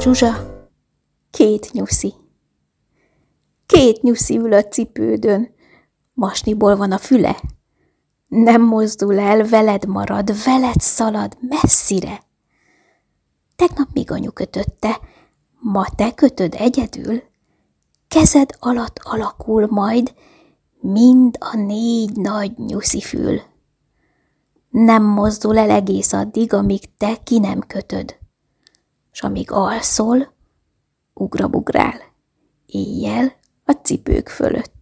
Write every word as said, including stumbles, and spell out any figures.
Zsuzsa, két nyuszi. Két nyuszi ül a cipődön, masniból van a füle. Nem mozdul el, veled marad, veled szalad, messzire. Tegnap még anyu kötötte, ma te kötöd egyedül. Kezed alatt alakul majd mind a négy nagy nyuszifül. Nem mozdul el egész addig, amíg te ki nem kötöd. S amíg alszol, ugrabugrál, éjjel a cipők fölött.